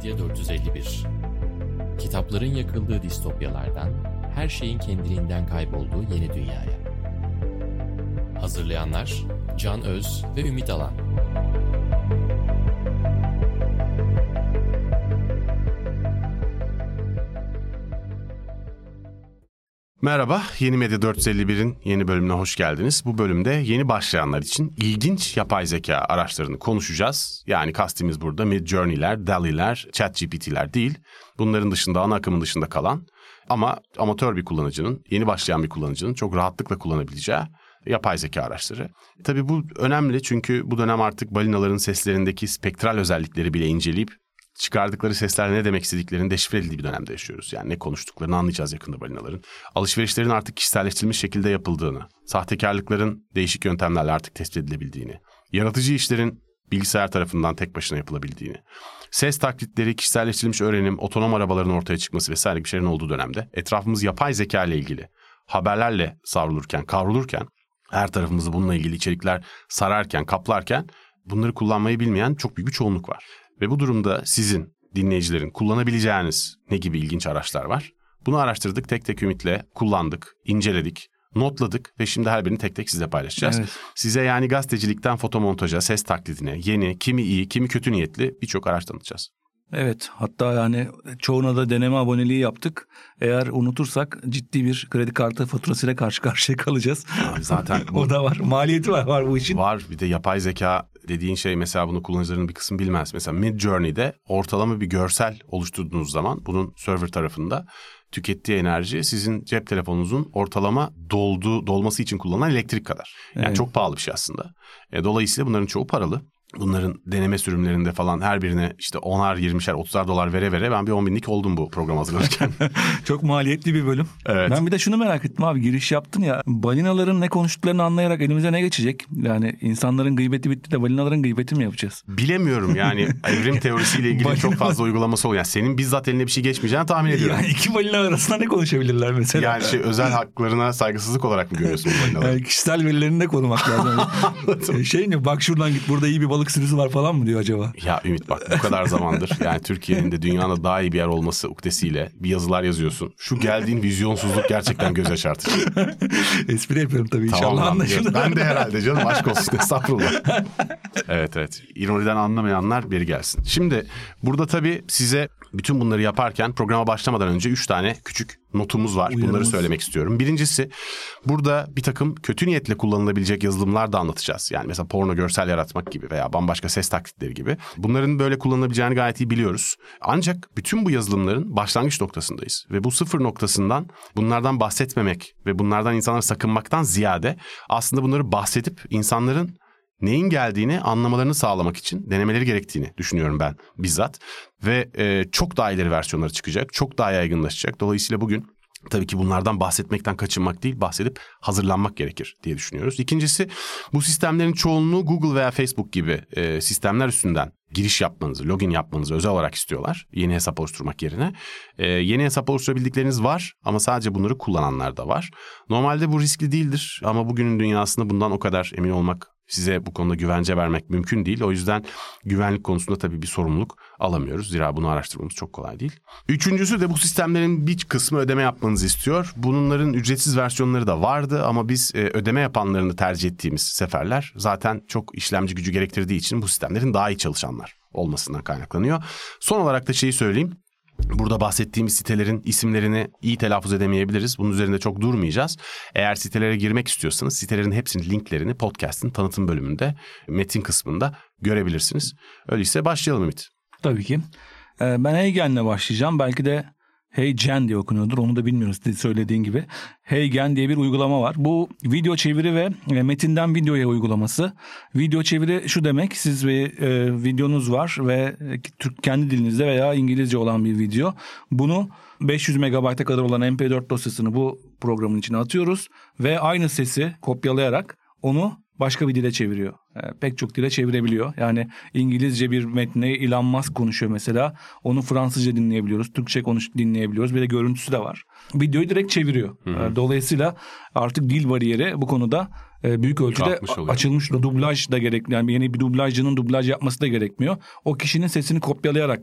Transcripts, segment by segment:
Medya 451. Kitapların yakıldığı distopyalardan, her şeyin kendiliğinden kaybolduğu yeni dünyaya. Hazırlayanlar Can Öz ve Ümit Alan. Merhaba, Yeni Medya 451'in yeni bölümüne hoş geldiniz. Bu bölümde yeni başlayanlar için ilginç yapay zeka araçlarını konuşacağız. Yani kastimiz burada Midjourney'ler, DALL-E'ler, ChatGPT'ler değil. Bunların dışında, ana akımın dışında kalan ama amatör bir kullanıcının, yeni başlayan bir kullanıcının çok rahatlıkla kullanabileceği yapay zeka araçları. Tabii bu önemli çünkü bu dönem artık balinaların seslerindeki spektral özellikleri bile inceleyip çıkardıkları sesler ne demek istediklerini deşifre edildiği bir dönemde yaşıyoruz. Yani ne konuştuklarını anlayacağız yakında balinaların. Alışverişlerin artık kişiselleştirilmiş şekilde yapıldığını, sahtekarlıkların değişik yöntemlerle artık tespit edilebildiğini, yaratıcı işlerin bilgisayar tarafından tek başına yapılabildiğini, ses taklitleri, kişiselleştirilmiş öğrenim, otonom arabaların ortaya çıkması vesaire bir şeylerin olduğu dönemde etrafımız yapay zeka ile ilgili haberlerle savrulurken, kavrulurken, her tarafımızı bununla ilgili içerikler sararken, kaplarken bunları kullanmayı bilmeyen çok büyük bir çoğunluk var. Ve bu durumda sizin, dinleyicilerin kullanabileceğiniz ne gibi ilginç araçlar var? Bunu araştırdık, tek tek Ümit'le kullandık, inceledik, notladık ve şimdi her birini tek tek sizle paylaşacağız. Evet. Size yani gazetecilikten fotomontaja, ses taklidine, yeni, kimi iyi, kimi kötü niyetli birçok araç tanıtacağız. Evet, hatta yani çoğuna da deneme aboneliği yaptık. Eğer unutursak ciddi bir kredi kartı faturasıyla karşı karşıya kalacağız. Abi zaten o da var. Maliyeti var bu işin. Var, bir de yapay zeka dediğin şey mesela bunu kullanıcıların bir kısmı bilmez. Mesela Midjourney'de ortalama bir görsel oluşturduğunuz zaman bunun server tarafında tükettiği enerji sizin cep telefonunuzun ortalama dolması için kullanılan elektrik kadar. Yani evet. Çok pahalı bir şey aslında. Dolayısıyla bunların çoğu paralı. Bunların deneme sürümlerinde falan her birine işte 10'ar, 20'şer, 30'ar dolar vere ben bir 10 binlik oldum bu program hazırlarken. Çok maliyetli bir bölüm. Evet. Ben bir de şunu merak ettim abi, giriş yaptın ya, balinaların ne konuştuklarını anlayarak elimize ne geçecek? Yani insanların gıybeti bitti de balinaların gıybeti mi yapacağız? Bilemiyorum yani evrim teorisiyle ilgili çok fazla uygulaması oluyor. Yani senin bizzat eline bir şey geçmeyeceğini tahmin ediyorum. Yani iki balina arasında ne konuşabilirler mesela? Yani özel haklarına saygısızlık olarak mı görüyorsun bu balinaları? Yani kişisel verilerini de korumak lazım. Ne bak şuradan git, burada iyi bir balık sürüsü var falan mı diyor acaba? Ya Ümit bak bu kadar zamandır yani Türkiye'nin de dünyanın daha iyi bir yer olması ukdesiyle bir yazılar yazıyorsun. Şu geldiğin vizyonsuzluk gerçekten göz yaşartıcı. Espri yapıyorum tabii, inşallah tamam, anlaşılır. Ben de herhalde canım, aşk olsun, estağfurullah. Evet. İroniden anlamayanlar beri gelsin. Şimdi burada tabii size bütün bunları yaparken programa başlamadan önce 3 tane küçük notumuz var. Bunları söylemek istiyorum. Birincisi, burada bir takım kötü niyetle kullanılabilecek yazılımlar da anlatacağız. Yani mesela porno görsel yaratmak gibi veya bambaşka ses taklitleri gibi. Bunların böyle kullanılabileceğini gayet iyi biliyoruz. Ancak bütün bu yazılımların başlangıç noktasındayız. Ve bu sıfır noktasından bunlardan bahsetmemek ve bunlardan insanlara sakınmaktan ziyade aslında bunları bahsedip insanların neyin geldiğini anlamalarını sağlamak için denemeleri gerektiğini düşünüyorum ben bizzat. Ve çok daha ileri versiyonları çıkacak, çok daha yaygınlaşacak. Dolayısıyla bugün tabii ki bunlardan bahsetmekten kaçınmak değil, bahsedip hazırlanmak gerekir diye düşünüyoruz. İkincisi, bu sistemlerin çoğunluğu Google veya Facebook gibi sistemler üstünden giriş yapmanızı, login yapmanızı özel olarak istiyorlar. Yeni hesap oluşturmak yerine. Yeni hesap oluşturabildikleriniz var ama sadece bunları kullananlar da var. Normalde bu riskli değildir ama bugünün dünyasında bundan o kadar emin olmak, size bu konuda güvence vermek mümkün değil. O yüzden güvenlik konusunda tabii bir sorumluluk alamıyoruz. Zira bunu araştırmamız çok kolay değil. Üçüncüsü de bu sistemlerin bir kısmı ödeme yapmanızı istiyor. Bunların ücretsiz versiyonları da vardı ama biz ödeme yapanlarını tercih ettiğimiz seferler zaten çok işlemci gücü gerektirdiği için bu sistemlerin daha iyi çalışanlar olmasından kaynaklanıyor. Son olarak da şeyi söyleyeyim. Burada bahsettiğimiz sitelerin isimlerini iyi telaffuz edemeyebiliriz. Bunun üzerinde çok durmayacağız. Eğer sitelere girmek istiyorsanız sitelerin hepsinin linklerini podcast'ın tanıtım bölümünde, metin kısmında görebilirsiniz. Öyleyse başlayalım Ümit. Tabii ki. Ben HeyGen'le başlayacağım. Belki de HeyGen diye okunuyordur. Onu da bilmiyoruz söylediğin gibi. HeyGen diye bir uygulama var. Bu video çeviri ve metinden videoya uygulaması. Video çeviri şu demek: siz bir videonuz var ve kendi dilinizde veya İngilizce olan bir video. Bunu 500 MB'a kadar olan MP4 dosyasını bu programın içine atıyoruz ve aynı sesi kopyalayarak onu başka bir dile çeviriyor. Pek çok dile çevirebiliyor. Yani İngilizce bir metni Elon Musk konuşuyor mesela. Onu Fransızca dinleyebiliyoruz. Türkçe dinleyebiliyoruz. Bir de görüntüsü de var. Videoyu direkt çeviriyor. Dolayısıyla artık dil bariyeri bu konuda büyük ölçüde açılmış. Dublaj da gerekli. Yani yeni bir dublajcının dublaj yapması da gerekmiyor. O kişinin sesini kopyalayarak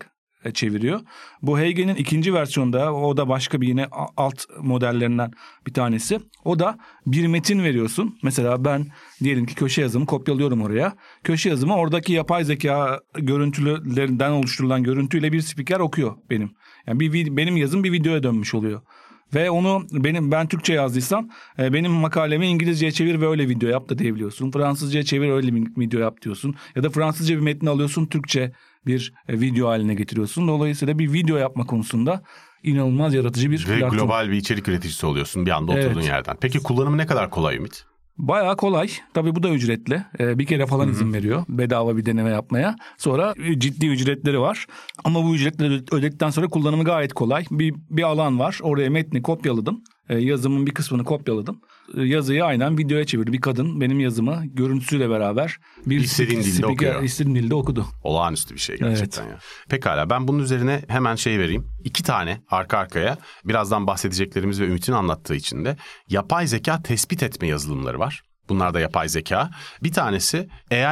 çeviriyor. Bu Heygen'in ikinci versiyonda, o da başka bir yine alt modellerinden bir tanesi. O da bir metin veriyorsun. Mesela ben diyelim ki köşe yazımı kopyalıyorum oraya. Köşe yazımı oradaki yapay zeka görüntülerinden oluşturulan görüntüyle bir spiker okuyor benim. Yani benim yazım bir videoya dönmüş oluyor. Ve onu ben Türkçe yazdıysam benim makalemi İngilizceye çevir ve öyle video yap da diyebiliyorsun. Fransızcaya çevir, öyle bir video yap diyorsun. Ya da Fransızca bir metni alıyorsun, Türkçe bir video haline getiriyorsun. Dolayısıyla bir video yapma konusunda inanılmaz yaratıcı bir ve platform. Global bir içerik üreticisi oluyorsun bir anda oturduğun yerden. Peki kullanımı ne kadar kolay Ümit? Bayağı kolay. Tabii bu da ücretli. Bir kere falan izin veriyor bedava bir deneme yapmaya. Sonra ciddi ücretleri var. Ama bu ücretleri ödedikten sonra kullanımı gayet kolay. Bir alan var. Oraya metni kopyaladım. Yazımın bir kısmını kopyaladım. Yazıyı aynen videoya çevirdi. Bir kadın benim yazımı görüntüsüyle beraber İstediğin dilde okuyor. İstediğin dilde okudu. Olağanüstü bir şey gerçekten ya. Pekala, ben bunun üzerine hemen vereyim. 2 tane arka arkaya birazdan bahsedeceklerimiz ve Ümit'in anlattığı için de yapay zeka tespit etme yazılımları var. Bunlar da yapay zeka. Bir tanesi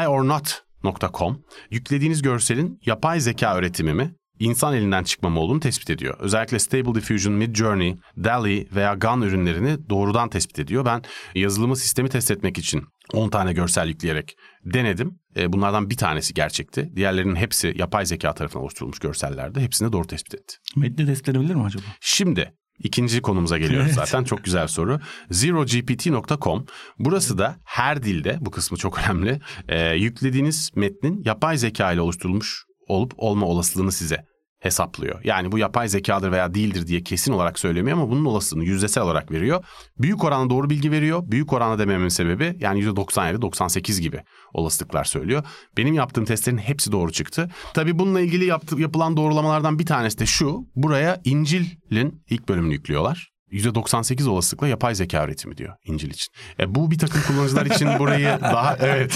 aiornot.com. Yüklediğiniz görselin yapay zeka üretimi mi, İnsan elinden çıkma mı olduğunu tespit ediyor. Özellikle Stable Diffusion, Midjourney, DALL-E veya GAN ürünlerini doğrudan tespit ediyor. Ben yazılımı, sistemi test etmek için 10 tane görsel yükleyerek denedim. Bunlardan bir tanesi gerçekti. Diğerlerinin hepsi yapay zeka tarafından oluşturulmuş görsellerde. Hepsini doğru tespit etti. Metni test edebilir mi acaba? Şimdi ikinci konumuza geliyoruz zaten. Çok güzel soru. ZeroGPT.com. Burası da her dilde, bu kısmı çok önemli, yüklediğiniz metnin yapay zeka ile oluşturulmuş olup olma olasılığını size hesaplıyor. Yani bu yapay zekadır veya değildir diye kesin olarak söylemiyor ama bunun olasılığını yüzdesel olarak veriyor. Büyük oranda doğru bilgi veriyor. Büyük oranda dememin sebebi yani %97-98 gibi olasılıklar söylüyor. Benim yaptığım testlerin hepsi doğru çıktı. Tabii bununla ilgili yapılan doğrulamalardan bir tanesi de şu. Buraya İncil'in ilk bölümünü yüklüyorlar. %98 olasılıkla yapay zeka üretimi diyor İncil için. Bu bir takım kullanıcılar için burayı daha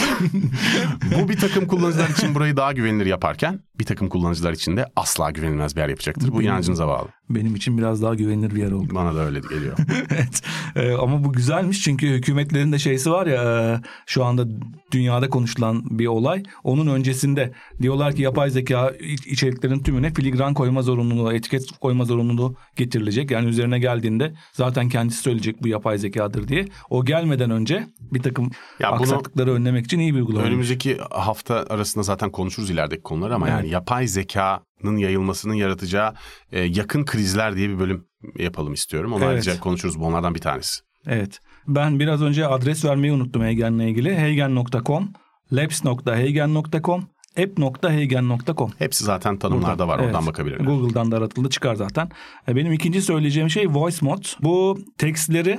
bu bir takım kullanıcılar için burayı daha güvenilir yaparken bir takım kullanıcılar için de asla güvenilmez bir yer yapacaktır. Bu inancınıza bağlı. Benim için biraz daha güvenilir bir yer oldu. Bana da öyle geliyor. Evet. Ama bu güzelmiş çünkü hükümetlerin de şeysi var ya, şu anda dünyada konuşulan bir olay. Onun öncesinde diyorlar ki yapay zeka içeriklerin tümüne filigran koyma zorunluluğu, etiket koyma zorunluluğu getirilecek. Yani üzerine geldiğinde zaten kendisi söyleyecek bu yapay zekadır diye. O gelmeden önce bir takım aksaklıkları önlemek için iyi bir uygulama. Önümüzdeki hafta arasında zaten konuşuruz ilerideki konuları ama yani yapay zekanın yayılmasının yaratacağı yakın krizler diye bir bölüm yapalım istiyorum. Onu ayrıca konuşuruz. Bu onlardan bir tanesi. Evet. Ben biraz önce adres vermeyi unuttum Heygen'le ilgili. Heygen.com, labs.heygen.com, app.heygen.com. Hepsi zaten tanımlarda var. Oradan bakabilirler. Google'dan da aratıldı, çıkar zaten. Benim ikinci söyleyeceğim şey VoiceMod. Bu tekstleri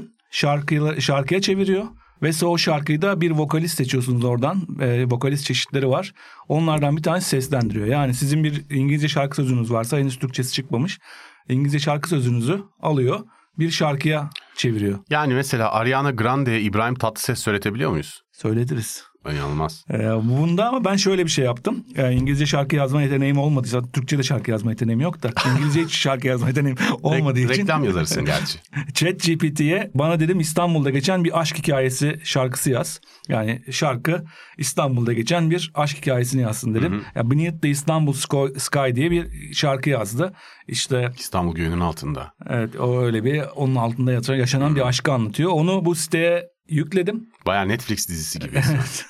şarkıya çeviriyor. Ve o şarkıyı da bir vokalist seçiyorsunuz oradan. Vokalist çeşitleri var. Onlardan bir tanesi seslendiriyor. Yani sizin bir İngilizce şarkı sözünüz varsa, henüz Türkçesi çıkmamış, İngilizce şarkı sözünüzü alıyor, bir şarkıya çeviriyor. Yani mesela Ariana Grande'ye İbrahim Tatlıses söyletebiliyor muyuz? Söyletiriz. İnanılmaz. Bunda ama ben şöyle bir şey yaptım. İngilizce şarkı yazma yeteneğim olmadıysa, Türkçe de şarkı yazma yeteneğim yok da İngilizce hiç şarkı yazma yeteneğim olmadığı için. Reklam yazarsın gerçi. ChatGPT'ye bana dedim İstanbul'da geçen bir aşk hikayesi şarkısı yaz. Yani şarkı İstanbul'da geçen bir aşk hikayesini yazsın dedim. Beneath the Istanbul Sky diye bir şarkı yazdı. İşte İstanbul göğünün altında. Evet, o öyle bir, onun altında yaşanan bir aşkı anlatıyor. Onu bu siteye yükledim. Bayağı Netflix dizisi gibi.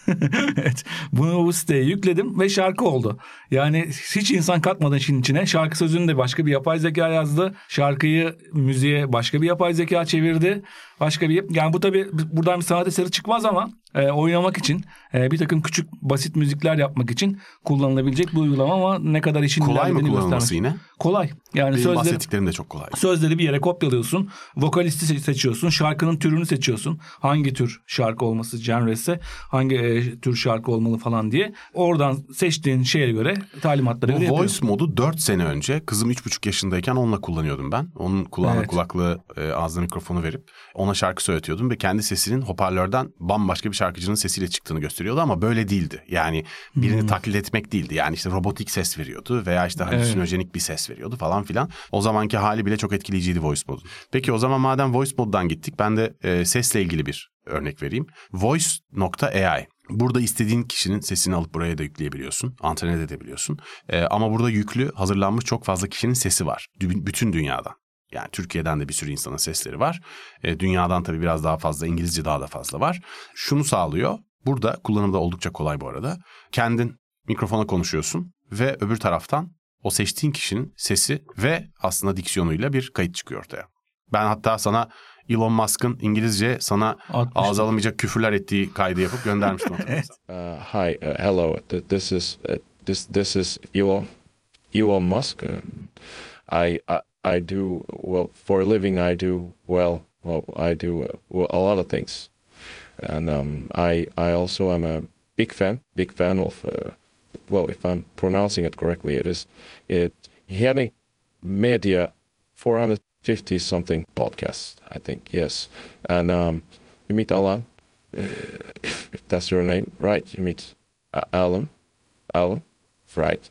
Evet. Bunu bu siteye yükledim ve şarkı oldu. Yani hiç insan katmadan işin içine. Şarkı sözünü de başka bir yapay zeka yazdı. Şarkıyı müziğe başka bir yapay zeka çevirdi. Yani bu tabii buradan bir sanat eseri çıkmaz ama oynamak için, bir takım küçük basit müzikler yapmak için kullanılabilecek bir uygulama ama ne kadar işin kolay mı kullanılması yine? Kolay. Yani benim bahsettiklerim de çok kolay. Sözleri bir yere kopyalıyorsun. Vokalisti seçiyorsun. Şarkının türünü seçiyorsun. Hangi tür şarkı olması, genresi, hangi tür şarkı olmalı falan diye. Oradan seçtiğin şeye göre, talimatlara göre yapıyorsun. Voice modu 4 sene önce kızım 3,5 yaşındayken onunla kullanıyordum ben. Onun kulağına kulaklığı, ağzına mikrofonu verip ona şarkı söyletiyordum ve kendi sesinin hoparlörden bambaşka bir şarkıcının sesiyle çıktığını gösteriyordu ama böyle değildi. Yani birini taklit etmek değildi. Yani işte robotik ses veriyordu veya işte halüsinojenik bir ses veriyordu falan filan. O zamanki hali bile çok etkileyiciydi voice modu. Peki o zaman madem voice moddan gittik, ben de sesle ilgili bir örnek vereyim. Voice.ai. Burada istediğin kişinin sesini alıp buraya da yükleyebiliyorsun. Antrene de edebiliyorsun. Ama burada yüklü, hazırlanmış çok fazla kişinin sesi var. Bütün dünyadan. Yani Türkiye'den de bir sürü insanın sesleri var. Dünyadan tabii biraz daha fazla, İngilizce daha da fazla var. Şunu sağlıyor. Burada kullanımı da oldukça kolay bu arada. Kendin mikrofona konuşuyorsun ve öbür taraftan o seçtiğin kişinin sesi ve aslında diksiyonuyla bir kayıt çıkıyor ortaya. Ben hatta sana Elon Musk'ın İngilizce sana ağza alamayacak küfürler ettiği kaydı yapıp göndermiştim. Hi, hello. This is Elon Musk. I do well for a living. I do I do a lot of things, and I also am a big fan of if I'm pronouncing it correctly, it Heli Media 450 something podcast, I think, yes. And you meet Alan, if that's your name, right? You meet Alan, right?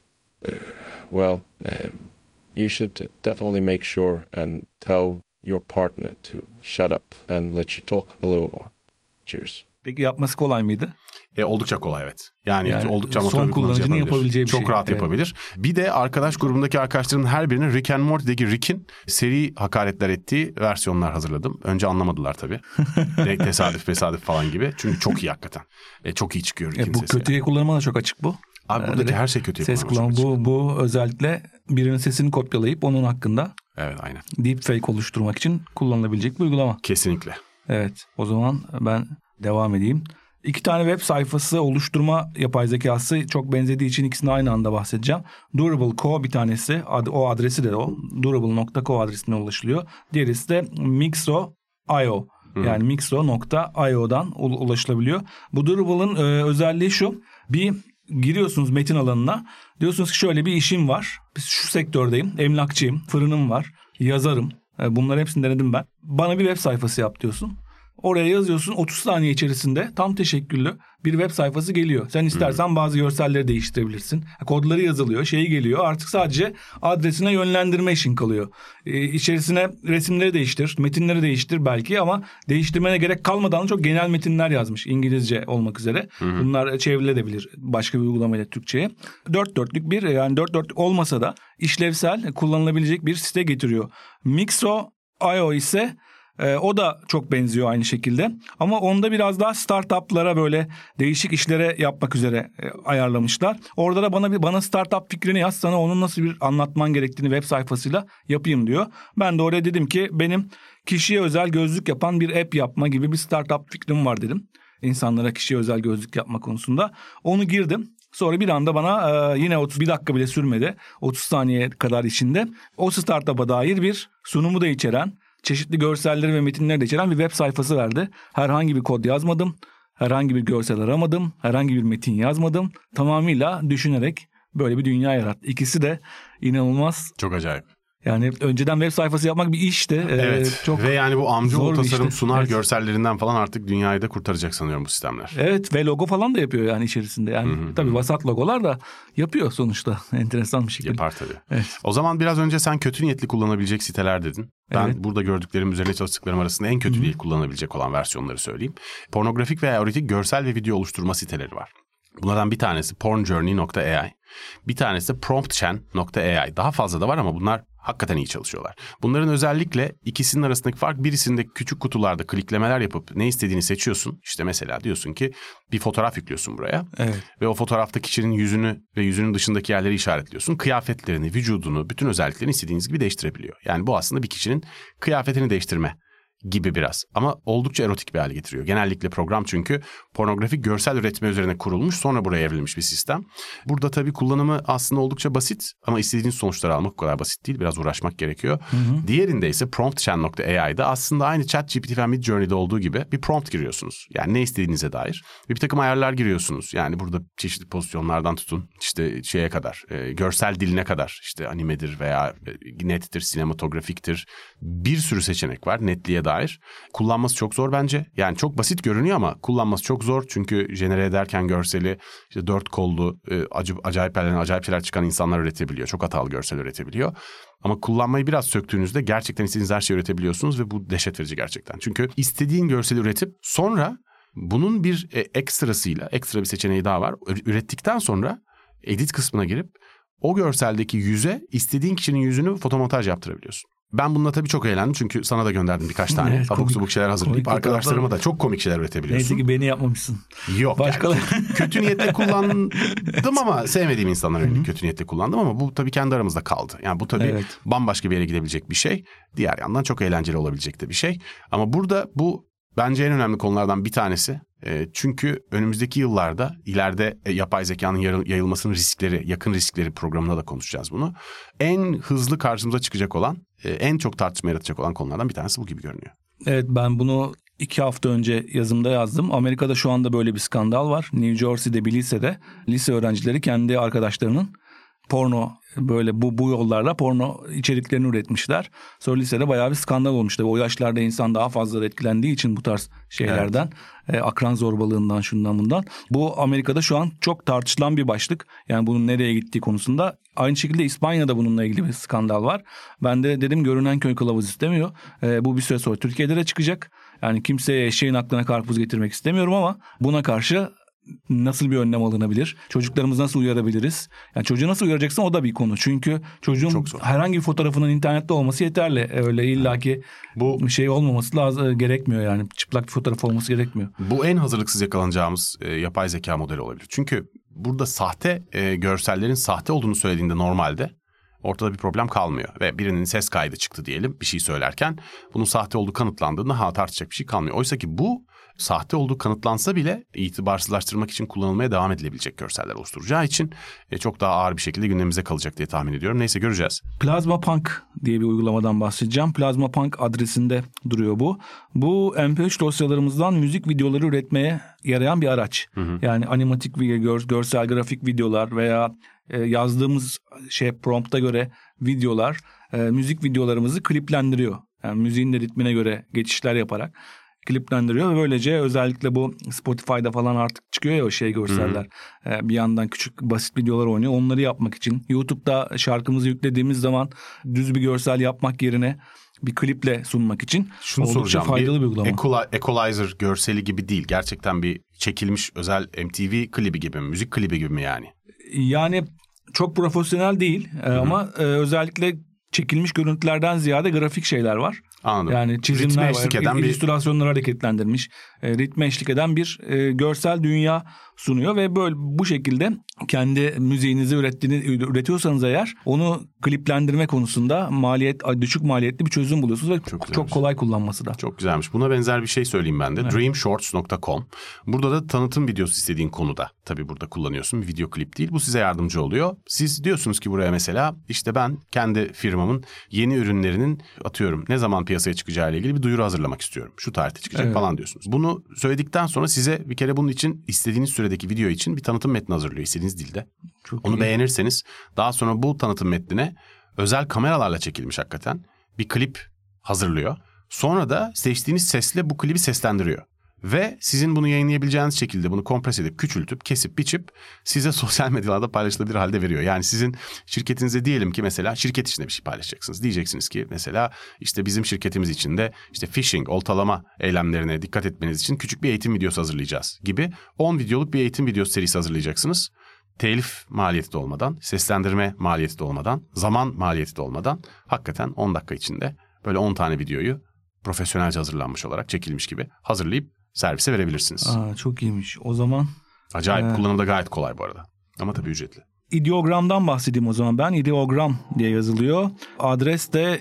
You should definitely make sure and tell your partner to shut up and let you talk a little more. Cheers. Peki yapması kolay mıydı? Oldukça kolay, evet. Yani oldukça son kullanıcının yapabileceği bir çok şey. Çok rahat yapabilir. Bir de arkadaş grubundaki arkadaşlarımın her birinin Rick and Morty'deki Rick'in seri hakaretler ettiği versiyonlar hazırladım. Önce anlamadılar tabii. Direkt tesadüf falan gibi. Çünkü çok iyi hakikaten. Çok iyi çıkıyor Rick'in sesi. Bu kötüye kullanıma da çok açık bu. Abi buradaki her şey kötüye ses kullanımı. Bu özellikle birinin sesini kopyalayıp onun hakkında aynen. Deepfake oluşturmak için kullanılabilecek bir uygulama. Kesinlikle. Evet, o zaman ben devam edeyim. 2 tane web sayfası oluşturma yapay zekası çok benzediği için ikisini aynı anda bahsedeceğim. Durable.co bir tanesi, o adresi de o. Durable.co adresine ulaşılıyor. Diğerisi de Mixo.io. Yani Mixo.io'dan ulaşılabiliyor. Bu Durable'ın özelliği şu. Bir giriyorsunuz metin alanına. Diyorsunuz ki şöyle bir işim var. Şu sektördeyim. Emlakçıyım. Fırınım var. Yazarım. Bunları hepsini denedim ben. Bana bir web sayfası yap diyorsun. Oraya yazıyorsun, 30 saniye içerisinde tam teşekküllü bir web sayfası geliyor. Sen istersen bazı görselleri değiştirebilirsin. Kodları yazılıyor, geliyor. Artık sadece adresine yönlendirme işin kalıyor. İçerisine resimleri değiştir, metinleri değiştir belki ama değiştirmene gerek kalmadan çok genel metinler yazmış İngilizce olmak üzere. Bunlar çevrilebilir başka bir uygulamayla Türkçe'ye. Dört dörtlük olmasa da işlevsel, kullanılabilecek bir site getiriyor. Mixo.io ise o da çok benziyor aynı şekilde ama onda biraz daha startuplara böyle değişik işlere yapmak üzere ayarlamışlar. Orada da bana startup fikrini yaz, sana onun nasıl bir anlatman gerektiğini web sayfasıyla yapayım diyor. Ben de oraya dedim ki benim kişiye özel gözlük yapan bir app yapma gibi bir startup fikrim var dedim. İnsanlara kişiye özel gözlük yapma konusunda. Onu girdim. Sonra bir anda bana yine 31 dakika bile sürmedi. 30 saniye kadar içinde o startup'a dair bir sunumu da içeren, çeşitli görselleri ve metinleri de içeren bir web sayfası verdi. Herhangi bir kod yazmadım. Herhangi bir görsel aramadım. Herhangi bir metin yazmadım. Tamamıyla düşünerek böyle bir dünya yarattı. İkisi de inanılmaz. Çok acayip. Yani önceden web sayfası yapmak bir işti. Evet. Çok ve yani bu amcaoğlu tasarım işti. sunar görsellerinden falan artık dünyayı da kurtaracak sanıyorum bu sistemler. Evet ve logo falan da yapıyor yani içerisinde. Yani tabii vasat logolar da yapıyor sonuçta. Enteresan bir şekilde. Yapar tabii. Evet. O zaman biraz önce sen kötü niyetli kullanabilecek siteler dedin. Ben burada gördüklerim üzerine çalıştıklarım arasında en kötü değil kullanabilecek olan versiyonları söyleyeyim. Pornografik veya erotik görsel ve video oluşturma siteleri var. Bunlardan bir tanesi pornjourney.ai, bir tanesi de promptchain.ai. Daha fazla da var ama bunlar hakikaten iyi çalışıyorlar. Bunların özellikle ikisinin arasındaki fark, birisinde küçük kutularda kliklemeler yapıp ne istediğini seçiyorsun. İşte mesela diyorsun ki bir fotoğraf yüklüyorsun buraya. Evet. Ve o fotoğrafta kişinin yüzünü ve yüzünün dışındaki yerleri işaretliyorsun. Kıyafetlerini, vücudunu, bütün özelliklerini istediğiniz gibi değiştirebiliyor. Yani bu aslında bir kişinin kıyafetini değiştirme gibi biraz. Ama oldukça erotik bir hale getiriyor. Genellikle program çünkü pornografik görsel üretme üzerine kurulmuş, sonra buraya evrilmiş bir sistem. Burada tabii kullanımı aslında oldukça basit ama istediğiniz sonuçları almak o kadar basit değil. Biraz uğraşmak gerekiyor. Diğerinde ise promptchain.ai'da aslında aynı ChatGPT ve Midjourney'de olduğu gibi bir prompt giriyorsunuz. Yani ne istediğinize dair. Ve bir takım ayarlar giriyorsunuz. Yani burada çeşitli pozisyonlardan tutun işte şeye kadar, görsel diline kadar, işte animedir veya nettir, sinematografiktir. Bir sürü seçenek var netliğe dair. Kullanması çok zor bence. Yani çok basit görünüyor ama kullanması çok zor. Çünkü jenere ederken görseli işte 4 kollu acayip şeyler çıkan insanlar üretebiliyor. Çok hatalı görsel üretebiliyor. Ama kullanmayı biraz söktüğünüzde gerçekten istediğiniz her şeyi üretebiliyorsunuz ve bu dehşet verici gerçekten. Çünkü istediğin görseli üretip sonra Bunun bir ekstrasıyla, ekstra bir seçeneği daha var. Ürettikten sonra edit kısmına girip o görseldeki yüze istediğin kişinin yüzünü fotomontaj yaptırabiliyorsun. Ben bununla tabii çok eğlendim çünkü sana da gönderdim birkaç tane Evet, abuk subuk şeyler hazırlayıp arkadaşlarıma da çok komik şeyler üretebiliyorsun. Neyse ki beni yapmamışsın. Yok. Başkaları... Yani, kötü niyetle kullandım ama sevmediğim insanlar öyle kötü niyetle kullandım ama bu tabii kendi aramızda kaldı. Yani bu tabii bambaşka bir yere gidebilecek bir şey. Diğer yandan çok eğlenceli olabilecek de bir şey. Ama burada bu bence en önemli konulardan bir tanesi. Çünkü önümüzdeki yıllarda ileride yapay zekanın yayılmasının riskleri, yakın riskleri programında da konuşacağız bunu. En hızlı karşımıza çıkacak olan, en çok tartışma yaratacak olan konulardan bir tanesi bu gibi görünüyor. Evet, ben bunu 2 hafta önce yazımda yazdım. Amerika'da şu anda böyle bir skandal var. New Jersey'de bir lisede lise öğrencileri kendi arkadaşlarının porno, böyle bu yollarla porno içeriklerini üretmişler. Sonra lisede bayağı bir skandal olmuştu. O yaşlarda insan daha fazla etkilendiği için bu tarz şeylerden, akran zorbalığından, şundan bundan. Bu Amerika'da şu an çok tartışılan bir başlık. Yani bunun nereye gittiği konusunda. Aynı şekilde İspanya'da bununla ilgili bir skandal var. Ben de dedim görünen köy kılavuz istemiyor. Bu bir süre sonra Türkiye'de de çıkacak. Yani kimseye eşeğin aklına karpuz getirmek istemiyorum ama buna karşı nasıl bir önlem alınabilir? Çocuklarımızı nasıl uyarabiliriz? Yani çocuğu nasıl uyaracaksın, o da bir konu. Çünkü çocuğun herhangi bir fotoğrafının internette olması yeterli. Öyle illaki bu şey olmaması lazım, gerekmiyor yani. Çıplak bir fotoğraf olması gerekmiyor. Bu en hazırlıksız yakalanacağımız yapay zeka modeli olabilir. Çünkü burada sahte görsellerin sahte olduğunu söylediğinde normalde ortada bir problem kalmıyor. Ve birinin ses kaydı çıktı diyelim bir şey söylerken bunun sahte olduğu kanıtlandığında tartışacak bir şey kalmıyor. Oysa ki bu sahte olduğu kanıtlansa bile itibarsızlaştırmak için kullanılmaya devam edilebilecek görseller oluşturacağı için çok daha ağır bir şekilde gündemimize kalacak diye tahmin ediyorum. Neyse, göreceğiz. Plasmapunk diye bir uygulamadan bahsedeceğim. Plasmapunk adresinde duruyor bu. Bu MP3 dosyalarımızdan müzik videoları üretmeye yarayan bir araç. Yani animatik görsel grafik videolar veya yazdığımız prompta göre videolar, müzik videolarımızı kliplendiriyor. Yani müziğin de ritmine göre geçişler yaparak kliplendiriyor ve böylece özellikle bu Spotify'da falan artık çıkıyor ya o görseller. Bir yandan küçük basit videolar oynuyor. Onları yapmak için YouTube'da şarkımızı yüklediğimiz zaman düz bir görsel yapmak yerine bir kliple sunmak için şunu oldukça soracağım, faydalı bir uygulama. Equalizer görseli gibi değil. Gerçekten bir çekilmiş özel MTV klibi gibi mi? Müzik klibi gibi mi yani? Yani çok profesyonel değil ama özellikle çekilmiş görüntülerden ziyade grafik şeyler var. Anladım. Yani çizimler var, illüstrasyonları hareketlendirmiş, ritme eşlik eden bir görsel dünya sunuyor ve böyle bu şekilde kendi müziğinizi üretiyorsanız eğer onu kliplendirme konusunda düşük maliyetli bir çözüm buluyorsunuz ve çok kolay kullanması da. Çok güzelmiş. Buna benzer bir şey söyleyeyim ben de. Evet. Dreamshorts.com. Burada da tanıtım videosu istediğin konuda tabii burada kullanıyorsun. Bir video klip değil. Bu size yardımcı oluyor. Siz diyorsunuz ki buraya mesela işte ben kendi firmamın yeni ürünlerinin atıyorum ne zaman piyasaya çıkacağı ile ilgili bir duyuru hazırlamak istiyorum. Şu tarihte çıkacak falan diyorsunuz. Bunu söyledikten sonra size bir kere bunun için istediğiniz süredeki video için bir tanıtım metni hazırlıyor istediğiniz dilde. Onu beğenirseniz daha sonra bu tanıtım metnine özel kameralarla çekilmiş hakikaten bir klip hazırlıyor. Sonra da seçtiğiniz sesle bu klibi seslendiriyor. Ve sizin bunu yayınlayabileceğiniz şekilde bunu kompres edip, küçültüp, kesip, biçip size sosyal medyalarda paylaşılabilir halde veriyor. Yani sizin şirketinize diyelim ki mesela şirket içinde bir şey paylaşacaksınız. Diyeceksiniz ki mesela işte bizim şirketimiz içinde işte phishing, oltalama eylemlerine dikkat etmeniz için küçük bir eğitim videosu hazırlayacağız gibi 10 videoluk bir eğitim videosu serisi hazırlayacaksınız. Telif maliyeti de olmadan, seslendirme maliyeti de olmadan, zaman maliyeti de olmadan hakikaten 10 dakika içinde böyle 10 tane videoyu profesyonelce hazırlanmış olarak çekilmiş gibi hazırlayıp servise verebilirsiniz. Çok iyiymiş. O zaman... Acayip. Kullanımı da gayet kolay bu arada. Ama tabii ücretli. Ideogram'dan bahsedeyim o zaman ben. Ideogram diye yazılıyor. Adres de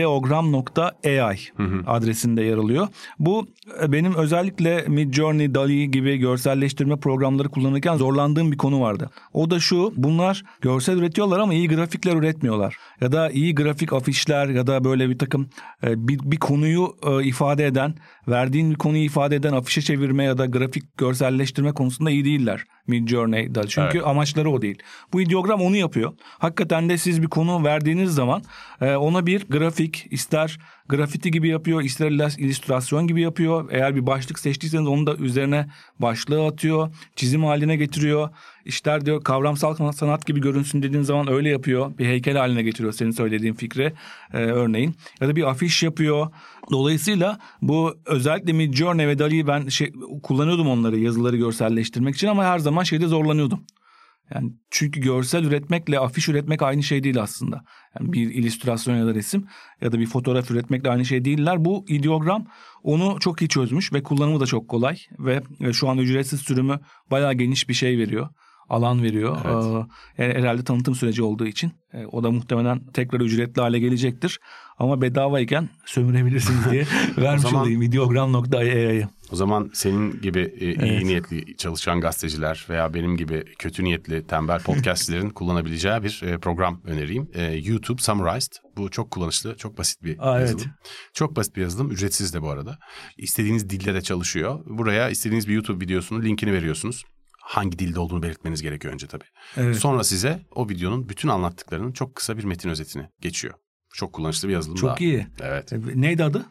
ideogram.ai adresinde yer alıyor. Bu benim özellikle Midjourney, DALL-E gibi görselleştirme programları kullanırken zorlandığım bir konu vardı. O da şu: bunlar görsel üretiyorlar ama iyi grafikler üretmiyorlar. Ya da iyi grafik afişler ya da böyle bir takım bir konuyu ifade eden, verdiğin bir konuyu ifade eden afişe çevirme ya da grafik görselleştirme konusunda iyi değiller. Midjourney, DALL-E. Çünkü amaçları o değil. Bu ideogram onu yapıyor. Hakikaten de siz bir konu verdiğiniz zaman ona bir grafik, ister grafiti gibi yapıyor, ister illüstrasyon gibi yapıyor. Eğer bir başlık seçtiyseniz onu da üzerine başlığı atıyor, çizim haline getiriyor. İster diyor kavramsal sanat gibi görünsün dediğin zaman öyle yapıyor. Bir heykel haline getiriyor senin söylediğin fikri örneğin. Ya da bir afiş yapıyor. Dolayısıyla bu özellikle Midjourney ve DALL-E'yi ben kullanıyordum onları yazıları görselleştirmek için ama her zaman zorlanıyordum. Yani çünkü görsel üretmekle afiş üretmek aynı şey değil aslında. Yani bir illüstrasyon ya da resim ya da bir fotoğraf üretmekle aynı şey değiller. Bu ideogram onu çok iyi çözmüş ve kullanımı da çok kolay ve şu an ücretsiz sürümü bayağı geniş bir şey veriyor. Alan veriyor. Evet. Herhalde tanıtım süreci olduğu için. O da muhtemelen tekrar ücretli hale gelecektir. Ama bedavayken sömürebilirsiniz diye vermiş olayım ideogram.ai'yi. O zaman senin gibi iyi niyetli çalışan gazeteciler veya benim gibi kötü niyetli tembel podcastçilerin kullanabileceği bir program önereyim. YouTube Summarized. Bu çok kullanışlı, çok basit bir yazılım. Evet. Çok basit bir yazılım. Ücretsiz de bu arada. İstediğiniz dilde de çalışıyor. Buraya istediğiniz bir YouTube videosunun linkini veriyorsunuz. Hangi dilde olduğunu belirtmeniz gerekiyor önce tabii. Evet. Sonra size o videonun bütün anlattıklarının çok kısa bir metin özetini geçiyor. Çok kullanışlı bir yazılım çok daha. iyi. Evet. Neydi adı?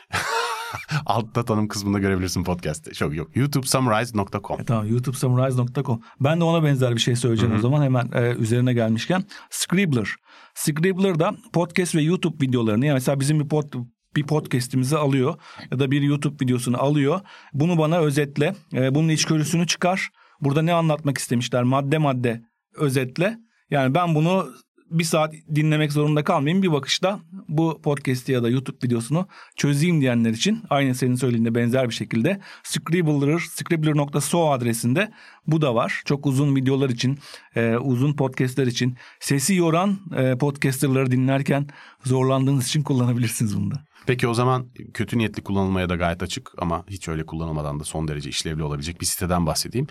Altta tanım kısmında görebilirsin podcast'te. Çok yok. YouTubeSummarize.com. Tamam, YouTubeSummarize.com. Ben de ona benzer bir şey söyleyeceğim o zaman hemen üzerine gelmişken. Scribbler. Scribbler da podcast ve YouTube videolarını, yani mesela bizim bir podcast'imizi alıyor ya da bir YouTube videosunu alıyor. Bunu bana özetle, bunun içgörüsünü çıkar. Burada ne anlatmak istemişler madde madde özetle. Yani ben bunu bir saat dinlemek zorunda kalmayayım, bir bakışta bu podcast'i ya da YouTube videosunu çözeyim diyenler için aynı senin söylediğinde benzer bir şekilde Scribbler.so adresinde bu da var. Çok uzun videolar için, uzun podcast'ler için, sesi yoran podcasterları dinlerken zorlandığınız için kullanabilirsiniz bunu da. Peki o zaman kötü niyetli kullanılmaya da gayet açık ama hiç öyle kullanılmadan da son derece işlevli olabilecek bir siteden bahsedeyim.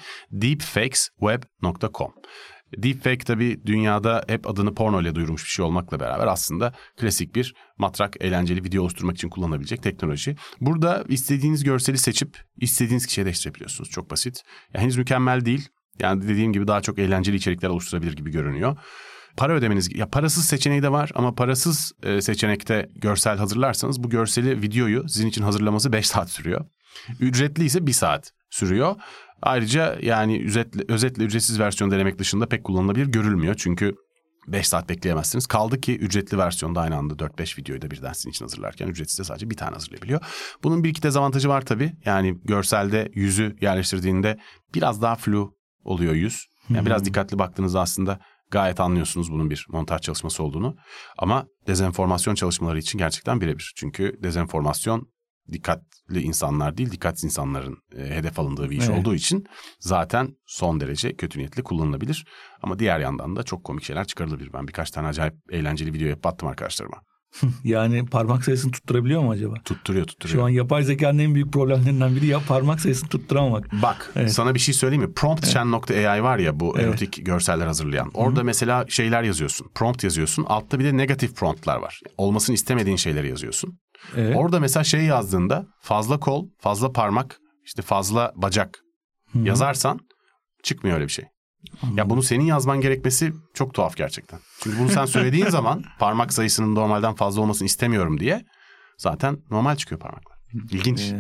Deepfakesweb.com. Deepfake tabii dünyada hep adını porno ile duyurmuş bir şey olmakla beraber aslında klasik bir matrak, eğlenceli video oluşturmak için kullanılabilecek teknoloji. Burada istediğiniz görseli seçip istediğiniz kişiye değiştirebiliyorsunuz. Çok basit. Yani henüz mükemmel değil. Yani dediğim gibi daha çok eğlenceli içerikler oluşturabilir gibi görünüyor. Para ödemeniz, ya parasız seçeneği de var ama parasız seçenekte görsel hazırlarsanız bu görseli, videoyu sizin için hazırlaması 5 saat sürüyor. Ücretli ise 1 saat sürüyor. Ayrıca yani özetle ücretsiz versiyon denemek dışında pek kullanılabilir görülmüyor. Çünkü 5 saat bekleyemezsiniz. Kaldı ki ücretli versiyonda aynı anda 4-5 videoyu da birden sizin için hazırlarken ücretsizde sadece bir tane hazırlayabiliyor. Bunun bir iki dezavantajı var tabii. Yani görselde yüzü yerleştirdiğinde biraz daha flu oluyor yüz. Yani biraz dikkatli baktığınızda aslında gayet anlıyorsunuz bunun bir montaj çalışması olduğunu. Ama dezenformasyon çalışmaları için gerçekten birebir. Çünkü dezenformasyon dikkatli insanlar değil, dikkatsiz insanların hedef alındığı bir iş olduğu için zaten son derece kötü niyetli kullanılabilir. Ama diğer yandan da çok komik şeyler çıkarılabilir. Ben birkaç tane acayip eğlenceli video yapıp attım arkadaşlarıma. Yani parmak sayısını tutturabiliyor mu acaba? Tutturuyor. Şu an yapay zekanın en büyük problemlerinden biri parmak sayısını tutturamamak. Bak sana bir şey söyleyeyim mi? PromptChan.ai var ya bu erotik görseller hazırlayan. Orada mesela şeyler yazıyorsun. Prompt yazıyorsun. Altta bir de negatif promptlar var. Olmasını istemediğin şeyleri yazıyorsun. Evet. Orada mesela yazdığında fazla kol, fazla parmak, işte fazla bacak yazarsan çıkmıyor öyle bir şey. Ya bunu senin yazman gerekmesi çok tuhaf gerçekten. Çünkü bunu sen söylediğin zaman parmak sayısının normalden fazla olmasını istemiyorum diye zaten normal çıkıyor parmaklar. İlginç.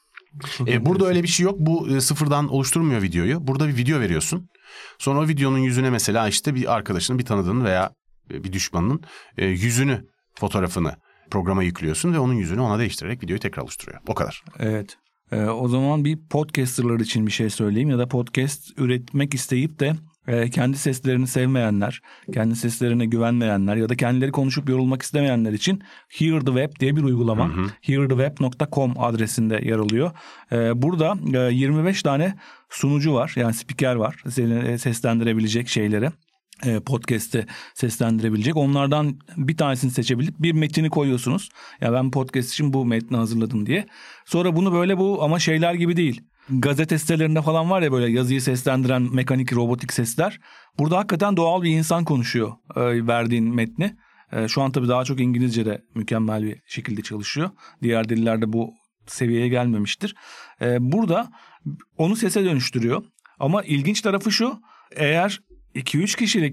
Burada öyle bir şey yok. Bu sıfırdan oluşturmuyor videoyu. Burada bir video veriyorsun. Sonra o videonun yüzüne mesela işte bir arkadaşının, bir tanıdığının veya bir düşmanının yüzünü, fotoğrafını programa yüklüyorsun ve onun yüzünü ona değiştirerek videoyu tekrar oluşturuyor. O kadar. Evet. O zaman bir podcasterlar için bir şey söyleyeyim ya da podcast üretmek isteyip de kendi seslerini sevmeyenler, kendi seslerine güvenmeyenler ya da kendileri konuşup yorulmak istemeyenler için Hear the Web diye bir uygulama. heartheweb.com adresinde yer alıyor. Burada 25 tane sunucu var, yani spiker var seslendirebilecek şeylere. Podcast'te seslendirebilecek. Onlardan bir tanesini seçebilip bir metini koyuyorsunuz. Ya ben podcast için bu metni hazırladım diye. Sonra bunu böyle ama şeyler gibi değil. Gazete sitelerinde falan var ya böyle yazıyı seslendiren mekanik, robotik sesler. Burada hakikaten doğal bir insan konuşuyor verdiğin metni. Şu an tabii daha çok İngilizce'de mükemmel bir şekilde çalışıyor. Diğer dillerde bu seviyeye gelmemiştir. Burada onu sese dönüştürüyor. Ama ilginç tarafı şu: eğer 2-3 kişilik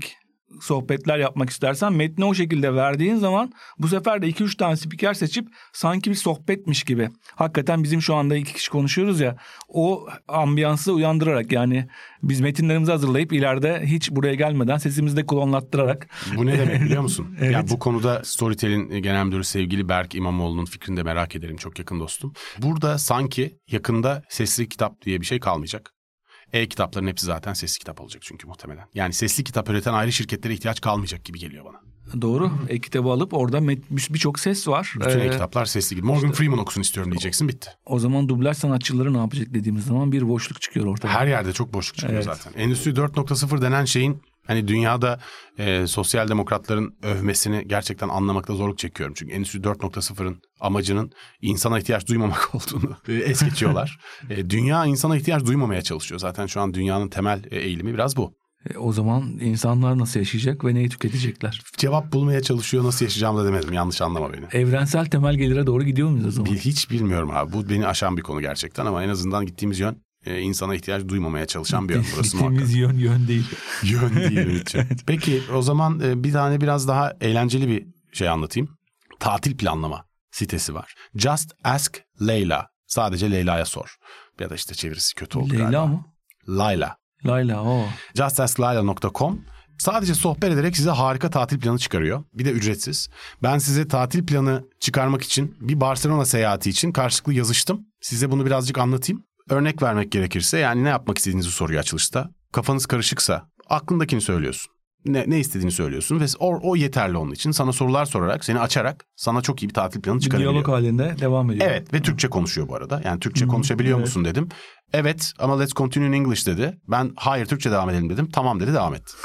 sohbetler yapmak istersen metni o şekilde verdiğin zaman bu sefer de 2-3 tane spiker seçip sanki bir sohbetmiş gibi. Hakikaten bizim şu anda 2 kişi konuşuyoruz ya, o ambiyansı uyandırarak, yani biz metinlerimizi hazırlayıp ileride hiç buraya gelmeden sesimizi de klonlattırarak. Bu ne demek biliyor musun? Evet. Yani bu konuda Storytel'in genel müdürü sevgili Berk İmamoğlu'nun fikrini de merak ederim, çok yakın dostum. Burada sanki yakında sesli kitap diye bir şey kalmayacak. E-kitapların hepsi zaten sesli kitap olacak çünkü muhtemelen. Yani sesli kitap üreten ayrı şirketlere ihtiyaç kalmayacak gibi geliyor bana. Doğru. E-kitabı alıp orada birçok ses var. Bütün e-kitaplar sesli gibi. Morgan Freeman okusun istiyorum diyeceksin, bitti. O zaman dublaj sanatçıları ne yapacak dediğimiz zaman bir boşluk çıkıyor ortaya. Her yerde çok boşluk çıkıyor zaten. Endüstri 4.0 denen şeyin hani dünyada sosyal demokratların övmesini gerçekten anlamakta zorluk çekiyorum. Çünkü Endüstri 4.0'ın amacının insana ihtiyaç duymamak olduğunu es geçiyorlar. Dünya insana ihtiyaç duymamaya çalışıyor. Zaten şu an dünyanın temel eğilimi biraz bu. O zaman insanlar nasıl yaşayacak ve neyi tüketecekler? Cevap bulmaya çalışıyor, nasıl yaşayacağımı da demedim. Yanlış anlama beni. Evrensel temel gelire doğru gidiyor muyuz o zaman? Hiç bilmiyorum abi. Bu beni aşan bir konu gerçekten ama en azından gittiğimiz yön insana ihtiyaç duymamaya çalışan bir yön. Burası gittiğimiz yön değil. Yön değil lütfen. Peki o zaman bir tane biraz daha eğlenceli bir şey anlatayım. Tatil planlama sitesi var. Just Ask Leyla. Sadece Leyla'ya sor. Ya da işte çevirisi kötü oldu Leyla galiba. mı? Layla. o. JustAskLayla.com. Sadece sohbet ederek size harika tatil planı çıkarıyor. Bir de ücretsiz. Ben size tatil planı çıkarmak için bir Barcelona seyahati için karşılıklı yazıştım. Size bunu birazcık anlatayım. Örnek vermek gerekirse, yani ne yapmak istediğinizi soruyor açılışta. Kafanız karışıksa aklındakini söylüyorsun. Ne istediğini söylüyorsun ve o yeterli onun için. Sana sorular sorarak, seni açarak sana çok iyi bir tatil planı çıkarabiliyor. Diyalog halinde devam ediyor. Evet ve Türkçe konuşuyor bu arada. Yani Türkçe konuşabiliyor musun dedim. Evet ama let's continue in English dedi. Ben hayır Türkçe devam edelim dedim. Tamam dedi, devam et.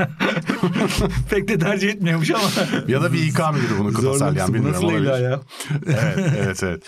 Pek de tercih etmiyormuş ama. Ya da bir İK müdürü bunu tasarlayan, bilmiyorum. Bu nasıl Leyla ya? Evet.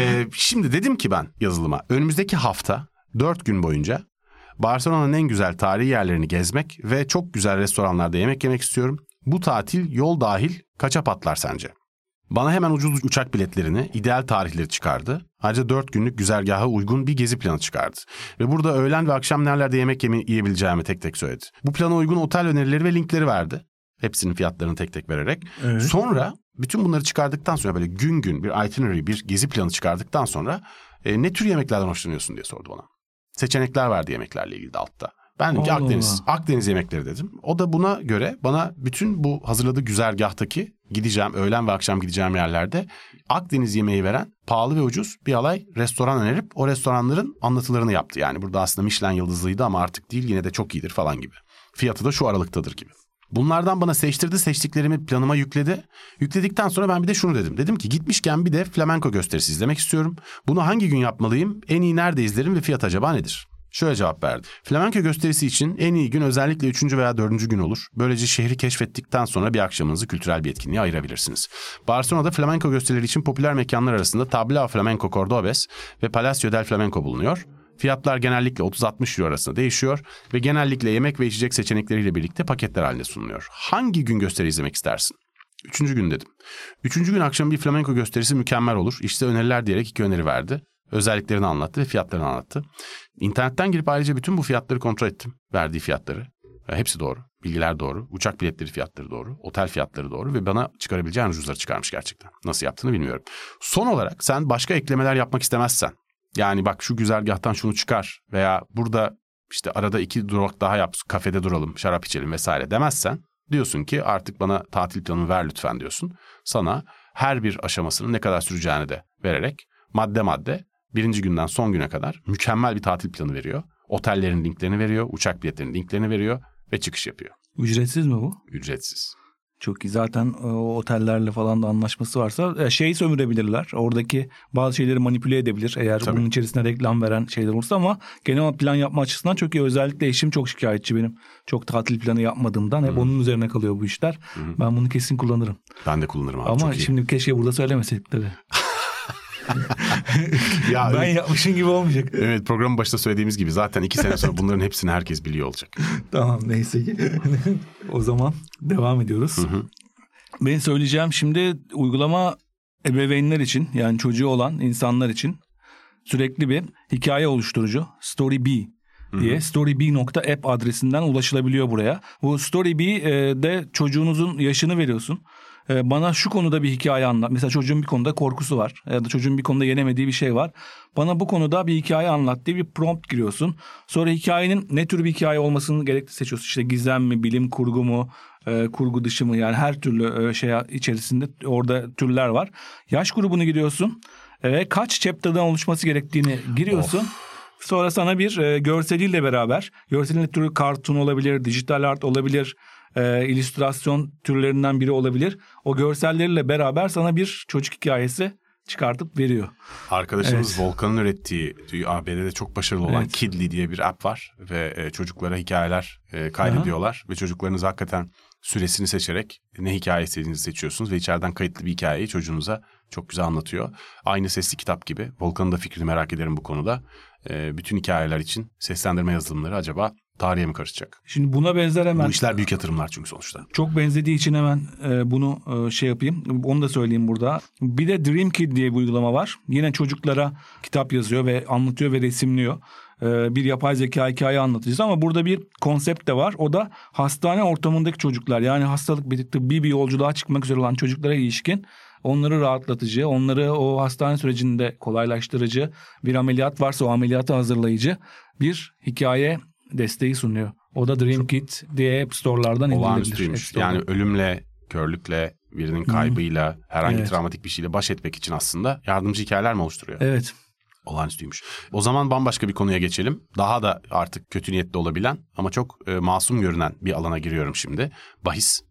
Şimdi dedim ki ben yazılıma, önümüzdeki hafta 4 gün boyunca Barcelona'nın en güzel tarihi yerlerini gezmek ve çok güzel restoranlarda yemek yemek istiyorum. Bu tatil yol dahil kaça patlar sence? Bana hemen ucuz uçak biletlerini, ideal tarihleri çıkardı. Ayrıca 4 günlük güzergaha uygun bir gezi planı çıkardı. Ve burada öğlen ve akşam nerelerde yemek yiyebileceğimi tek tek söyledi. Bu plana uygun otel önerileri ve linkleri verdi. Hepsinin fiyatlarını tek tek vererek. Evet. Sonra bütün bunları çıkardıktan sonra böyle gün bir itinerary, bir gezi planı çıkardıktan sonra ne tür yemeklerden hoşlanıyorsun diye sordu bana. Seçenekler verdi yemeklerle ilgili de altta. Ben dedim ki Akdeniz yemekleri dedim. O da buna göre bana bütün bu hazırladığı güzergahtaki gideceğim, öğlen ve akşam gideceğim yerlerde Akdeniz yemeği veren pahalı ve ucuz bir alay restoran önerip o restoranların anlatılarını yaptı. Yani burada aslında Michelin yıldızlıydı ama artık değil, yine de çok iyidir falan gibi. Fiyatı da şu aralıktadır gibi. Bunlardan bana seçtirdi, seçtiklerimi planıma yükledi. Yükledikten sonra ben bir de şunu dedim. Dedim ki gitmişken bir de flamenko gösterisi izlemek istiyorum. Bunu hangi gün yapmalıyım, en iyi nerede izlerim ve fiyat acaba nedir? Şöyle cevap verdi. Flamenko gösterisi için en iyi gün özellikle 3. veya 4. gün olur. Böylece şehri keşfettikten sonra bir akşamınızı kültürel bir etkinliğe ayırabilirsiniz. Barcelona'da flamenko gösterileri için popüler mekanlar arasında Tablao Flamenco Cordobes ve Palacio del Flamenco bulunuyor. Fiyatlar genellikle 30-60 euro arasında değişiyor ve genellikle yemek ve içecek seçenekleriyle birlikte paketler halinde sunuluyor. Hangi gün gösteri izlemek istersin? 3. gün dedim. 3. gün akşam bir flamenko gösterisi mükemmel olur. İşte öneriler diyerek 2 öneri verdi. Özelliklerini anlattı ve fiyatlarını anlattı. İnternetten girip ayrıca bütün bu fiyatları kontrol ettim. Verdiği fiyatları. Hepsi doğru. Bilgiler doğru. Uçak biletleri fiyatları doğru. Otel fiyatları doğru ve bana çıkarabileceğin ucuzları çıkarmış gerçekten. Nasıl yaptığını bilmiyorum. Son olarak sen başka eklemeler yapmak istemezsen, yani bak şu güzergahtan şunu çıkar veya burada işte arada 2 durak daha yap, kafede duralım, şarap içelim vesaire demezsen, diyorsun ki artık bana tatil planı ver lütfen diyorsun. Sana her bir aşamasının ne kadar süreceğini de vererek madde madde 1. günden son güne kadar mükemmel bir tatil planı veriyor. Otellerin linklerini veriyor, uçak biletlerinin linklerini veriyor ve çıkış yapıyor. Ücretsiz mi bu? Ücretsiz. Çok iyi. Zaten o otellerle falan da anlaşması varsa şeyi sömürebilirler. Oradaki bazı şeyleri manipüle edebilir. Eğer tabii bunun içerisine reklam veren şeyler olursa, ama genel plan yapma açısından çok iyi. Özellikle eşim çok şikayetçi benim. Çok tatil planı yapmadığımdan. Hep onun üzerine kalıyor bu işler. Ben bunu kesin kullanırım. Ben de kullanırım abi. Ama şimdi keşke burada söylemeseydik tabii. Ya, ben yapmışım gibi olmayacak. Evet, programın başında söylediğimiz gibi zaten 2 sene sonra bunların hepsini herkes biliyor olacak. Tamam, neyse ki. O zaman devam ediyoruz. Ben söyleyeceğim şimdi uygulama ebeveynler için, yani çocuğu olan insanlar için sürekli bir hikaye oluşturucu, Story Bee diye storybee.app adresinden ulaşılabiliyor buraya. Bu Storybee çocuğunuzun yaşını veriyorsun. Bana şu konuda bir hikaye anlat. Mesela çocuğun bir konuda korkusu var ya da çocuğun bir konuda yenemediği bir şey var. Bana bu konuda bir hikaye anlat diye bir prompt giriyorsun. Sonra hikayenin ne tür bir hikaye olmasını gerekli seçiyorsun. İşte gizem mi, bilim kurgu mu, kurgu dışı mı, yani her türlü şey içerisinde orada türler var. Yaş grubunu giriyorsun ve kaç chapter'dan oluşması gerektiğini giriyorsun. Sonra sana bir görseliyle beraber, görselin türü cartoon olabilir, dijital art olabilir, illüstrasyon türlerinden biri olabilir. O görselleriyle beraber sana bir çocuk hikayesi çıkartıp veriyor. Arkadaşımız Volkan'ın ürettiği, ABD'de çok başarılı olan Kidly diye bir app var ve çocuklara hikayeler kaydediyorlar ve çocuklarınız hakikaten süresini seçerek ne hikaye istediğinizi seçiyorsunuz ve içeriden kayıtlı bir hikayeyi çocuğunuza çok güzel anlatıyor. Aynı sesli kitap gibi. Volkan'ın da fikrini merak ederim bu konuda. Bütün hikayeler için seslendirme yazılımları acaba tarihe mi karışacak? Şimdi buna benzer hemen... Bu işler büyük yatırımlar çünkü sonuçta. Çok benzediği için hemen bunu şey yapayım. Onu da söyleyeyim burada. Bir de Dream Kid diye bir uygulama var. Yine çocuklara kitap yazıyor ve anlatıyor ve resimliyor. Bir yapay zeka hikaye anlatıcısı ama burada bir konsept de var. O da hastane ortamındaki çocuklar, yani hastalık bir yolculuğa çıkmak üzere olan çocuklara ilişkin onları rahatlatıcı, onları o hastane sürecinde kolaylaştırıcı, bir ameliyat varsa o ameliyata hazırlayıcı bir hikaye desteği sunuyor. O da Dream Kid diye App Store'lardan indirilebilir. Yani ölümle, körlükle, birinin kaybıyla, herhangi travmatik bir şeyle baş etmek için aslında yardımcı hikayeler mi oluşturuyor? Evet. Olağanüstüymüş. O zaman bambaşka bir konuya geçelim. Daha da artık kötü niyetli olabilen ama çok masum görünen bir alana giriyorum şimdi. Bahis.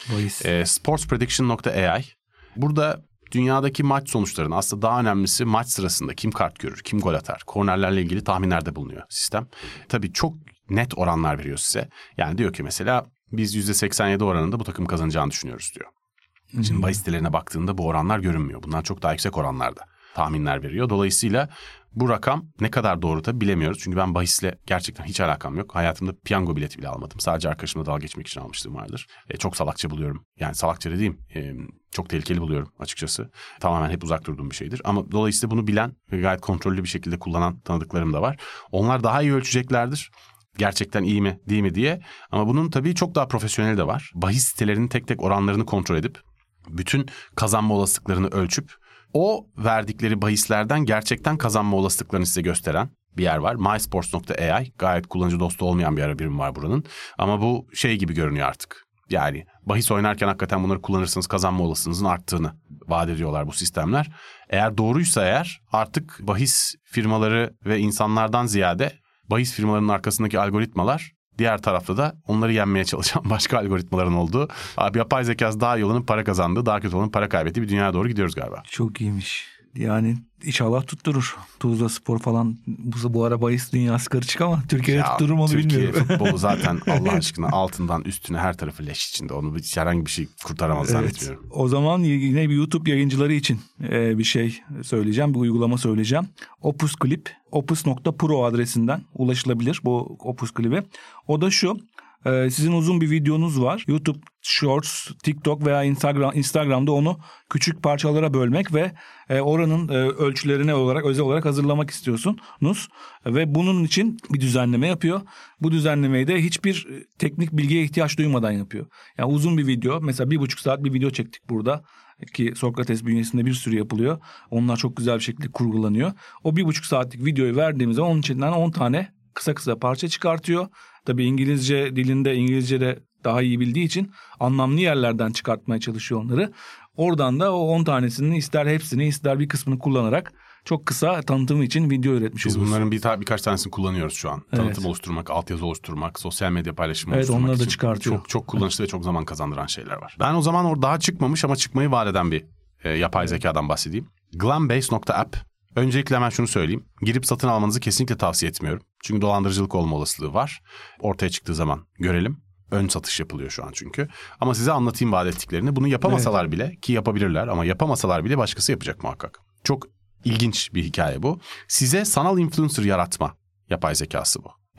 Sportsprediction.ai. Burada dünyadaki maç sonuçlarının, aslında daha önemlisi maç sırasında kim kart görür, kim gol atar, kornerlerle ilgili tahminlerde bulunuyor sistem. Tabii çok net oranlar veriyor size. Yani diyor ki mesela biz %87 oranında bu takım kazanacağını düşünüyoruz diyor. Şimdi bahis sitelerine baktığında bu oranlar görünmüyor. Bunlar çok daha yüksek oranlarda tahminler veriyor. Dolayısıyla bu rakam ne kadar doğru tabii bilemiyoruz. Çünkü ben bahisle gerçekten hiç alakam yok. Hayatımda piyango bileti bile almadım. Sadece arkadaşımla dalga geçmek için almışlığım vardır. Çok salakça buluyorum. Yani salakça dediğim çok tehlikeli buluyorum açıkçası. Tamamen hep uzak durduğum bir şeydir. Ama dolayısıyla bunu bilen ve gayet kontrollü bir şekilde kullanan tanıdıklarım da var. Onlar daha iyi ölçeceklerdir. Gerçekten iyi mi değil mi diye. Ama bunun tabii çok daha profesyoneli de var. Bahis sitelerinin tek tek oranlarını kontrol edip bütün kazanma olasılıklarını ölçüp o verdikleri bahislerden gerçekten kazanma olasılıklarını size gösteren bir yer var. mysports.ai, gayet kullanıcı dostu olmayan bir ara birim var buranın. Ama bu şey gibi görünüyor artık. Yani bahis oynarken hakikaten bunları kullanırsanız kazanma olasılığınızın arttığını vaat ediyorlar bu sistemler. Eğer doğruysa eğer artık bahis firmaları ve insanlardan ziyade bahis firmalarının arkasındaki algoritmalar, diğer tarafta da onları yenmeye çalışan başka algoritmaların olduğu, yapay zekası daha iyi olanın para kazandığı, daha kötü olanın para kaybettiği bir dünyaya doğru gidiyoruz galiba. Çok iyiymiş. Yani inşallah tutturur. Tuzla Spor falan bu ara bahis dünyası karışık ama Türkiye'de tutturur mu onu bilmiyorum. Türkiye futbolu zaten Allah aşkına altından üstüne her tarafı leş içinde. Onu herhangi bir şey kurtaramaz zannetmiyorum. O zaman yine bir YouTube yayıncıları için bir şey söyleyeceğim. Bir uygulama söyleyeceğim. Opus Clip, opus.pro adresinden ulaşılabilir bu Opus Clip'e. O da şu. Sizin uzun bir videonuz var. YouTube Shorts, TikTok veya Instagram'da onu küçük parçalara bölmek ve oranın ölçülerine özel olarak hazırlamak istiyorsunuz. Ve bunun için bir düzenleme yapıyor. Bu düzenlemeyi de hiçbir teknik bilgiye ihtiyaç duymadan yapıyor. Yani uzun bir video, mesela 1,5 saat bir video çektik burada. Ki Sokrates bünyesinde bir sürü yapılıyor. Onlar çok güzel bir şekilde kurgulanıyor. O 1,5 saatlik videoyu verdiğimizde onun içinden 10 tane kısa parça çıkartıyor. Tabii İngilizce'de daha iyi bildiği için anlamlı yerlerden çıkartmaya çalışıyor onları. Oradan da o 10 tanesini ister hepsini ister bir kısmını kullanarak çok kısa tanıtım için video üretmiş oluyoruz. Biz bunların birkaç tanesini kullanıyoruz şu an. Tanıtım oluşturmak, altyazı oluşturmak, sosyal medya paylaşımı oluşturmak onları da için çıkartıyor. Çok kullanışlı ve çok zaman kazandıran şeyler var. Ben o zaman orada daha çıkmamış ama çıkmayı vaat eden bir yapay zekadan bahsedeyim. Glambase.app. Öncelikle hemen şunu söyleyeyim. Girip satın almanızı kesinlikle tavsiye etmiyorum. Çünkü dolandırıcılık olma olasılığı var. Ortaya çıktığı zaman görelim. Ön satış yapılıyor şu an çünkü. Ama size anlatayım vaat ettiklerini. Bunu yapamasalar bile, ki yapabilirler ama yapamasalar bile başkası yapacak muhakkak. Çok ilginç bir hikaye bu. Size sanal influencer yaratma yapay zekası bu.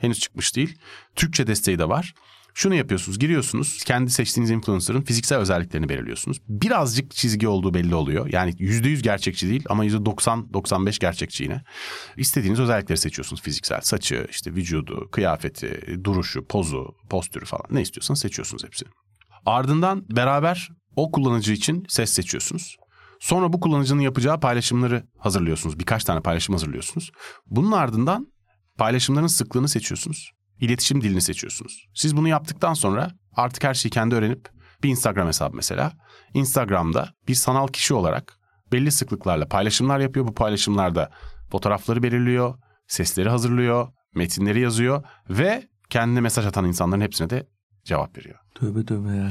Henüz çıkmış değil. Türkçe desteği de var. Şunu yapıyorsunuz, giriyorsunuz, kendi seçtiğiniz influencer'ın fiziksel özelliklerini belirliyorsunuz. Birazcık çizgi olduğu belli oluyor. Yani %100 gerçekçi değil ama %90-95 gerçekçi yine. İstediğiniz özellikleri seçiyorsunuz fiziksel. Saçı, işte vücudu, kıyafeti, duruşu, pozu, postürü falan. Ne istiyorsanız seçiyorsunuz hepsini. Ardından beraber o kullanıcı için ses seçiyorsunuz. Sonra bu kullanıcının yapacağı paylaşımları hazırlıyorsunuz. Birkaç tane paylaşım hazırlıyorsunuz. Bunun ardından paylaşımların sıklığını seçiyorsunuz. İletişim dilini seçiyorsunuz. Siz bunu yaptıktan sonra artık her şeyi kendi öğrenip bir Instagram hesabı mesela. Instagram'da bir sanal kişi olarak belli sıklıklarla paylaşımlar yapıyor. Bu paylaşımlarda fotoğrafları belirliyor, sesleri hazırlıyor, metinleri yazıyor ve kendine mesaj atan insanların hepsine de cevap veriyor. Tövbe ya.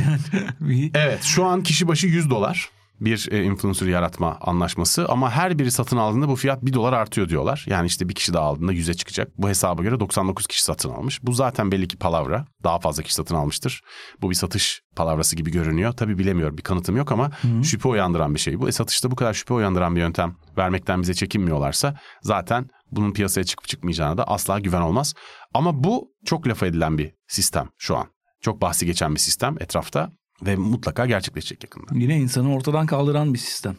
Yani. Evet, şu an kişi başı $100 bir influencer yaratma anlaşması ama her biri satın aldığında bu fiyat $1 artıyor diyorlar. Yani işte bir kişi daha aldığında 100'e çıkacak. Bu hesaba göre 99 kişi satın almış. Bu zaten belli ki palavra. Daha fazla kişi satın almıştır. Bu bir satış palavrası gibi görünüyor. Tabii bilemiyorum, bir kanıtım yok ama şüphe uyandıran bir şey bu. Satışta bu kadar şüphe uyandıran bir yöntem vermekten bize çekinmiyorlarsa zaten bunun piyasaya çıkıp çıkmayacağına da asla güven olmaz. Ama bu çok laf edilen bir sistem şu an. Çok bahsi geçen bir sistem etrafta. Ve mutlaka gerçekleşecek yakında. Yine insanı ortadan kaldıran bir sistem.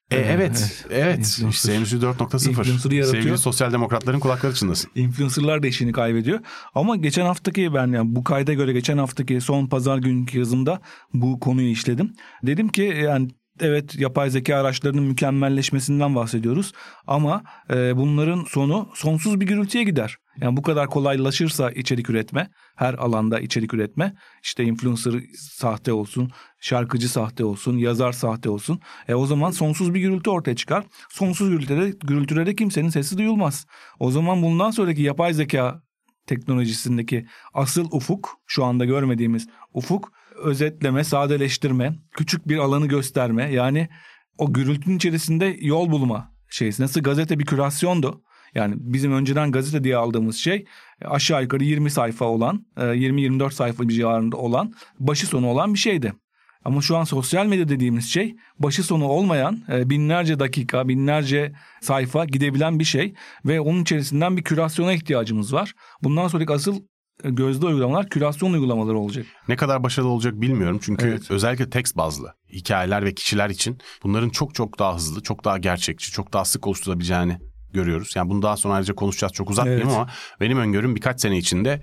Evet. İşte Endüstri 4.0. Sevgili sosyal demokratların kulakları çınlasın. Influencerlar da işini kaybediyor. Ama geçen haftaki yani bu kayda göre geçen haftaki son pazar günkü yazımda bu konuyu işledim. Dedim ki yani evet, yapay zeka araçlarının mükemmelleşmesinden bahsediyoruz. Ama bunların sonu sonsuz bir gürültüye gider. Yani bu kadar kolaylaşırsa içerik üretme, her alanda içerik üretme, işte influencer sahte olsun, şarkıcı sahte olsun, yazar sahte olsun. O zaman sonsuz bir gürültü ortaya çıkar. Sonsuz gürültülerde kimsenin sesi duyulmaz. O zaman bundan sonraki yapay zeka teknolojisindeki asıl ufuk, şu anda görmediğimiz ufuk, özetleme, sadeleştirme, küçük bir alanı gösterme. Yani o gürültünün içerisinde yol bulma şeysi. Nasıl gazete bir kürasyondu. Yani bizim önceden gazete diye aldığımız şey aşağı yukarı 20 sayfa olan, 20-24 sayfa bir civarında olan, başı sonu olan bir şeydi. Ama şu an sosyal medya dediğimiz şey başı sonu olmayan, binlerce dakika, binlerce sayfa gidebilen bir şey. Ve onun içerisinden bir kürasyona ihtiyacımız var. Bundan sonraki asıl gözde uygulamalar kürasyon uygulamaları olacak. Ne kadar başarılı olacak bilmiyorum. Çünkü özellikle tekst bazlı hikayeler ve kişiler için bunların çok çok daha hızlı, çok daha gerçekçi, çok daha sık oluşturulabileceğini görüyoruz. Yani bunu daha sonra ayrıca konuşacağız, çok uzatmayayım ama benim öngörüm birkaç sene içinde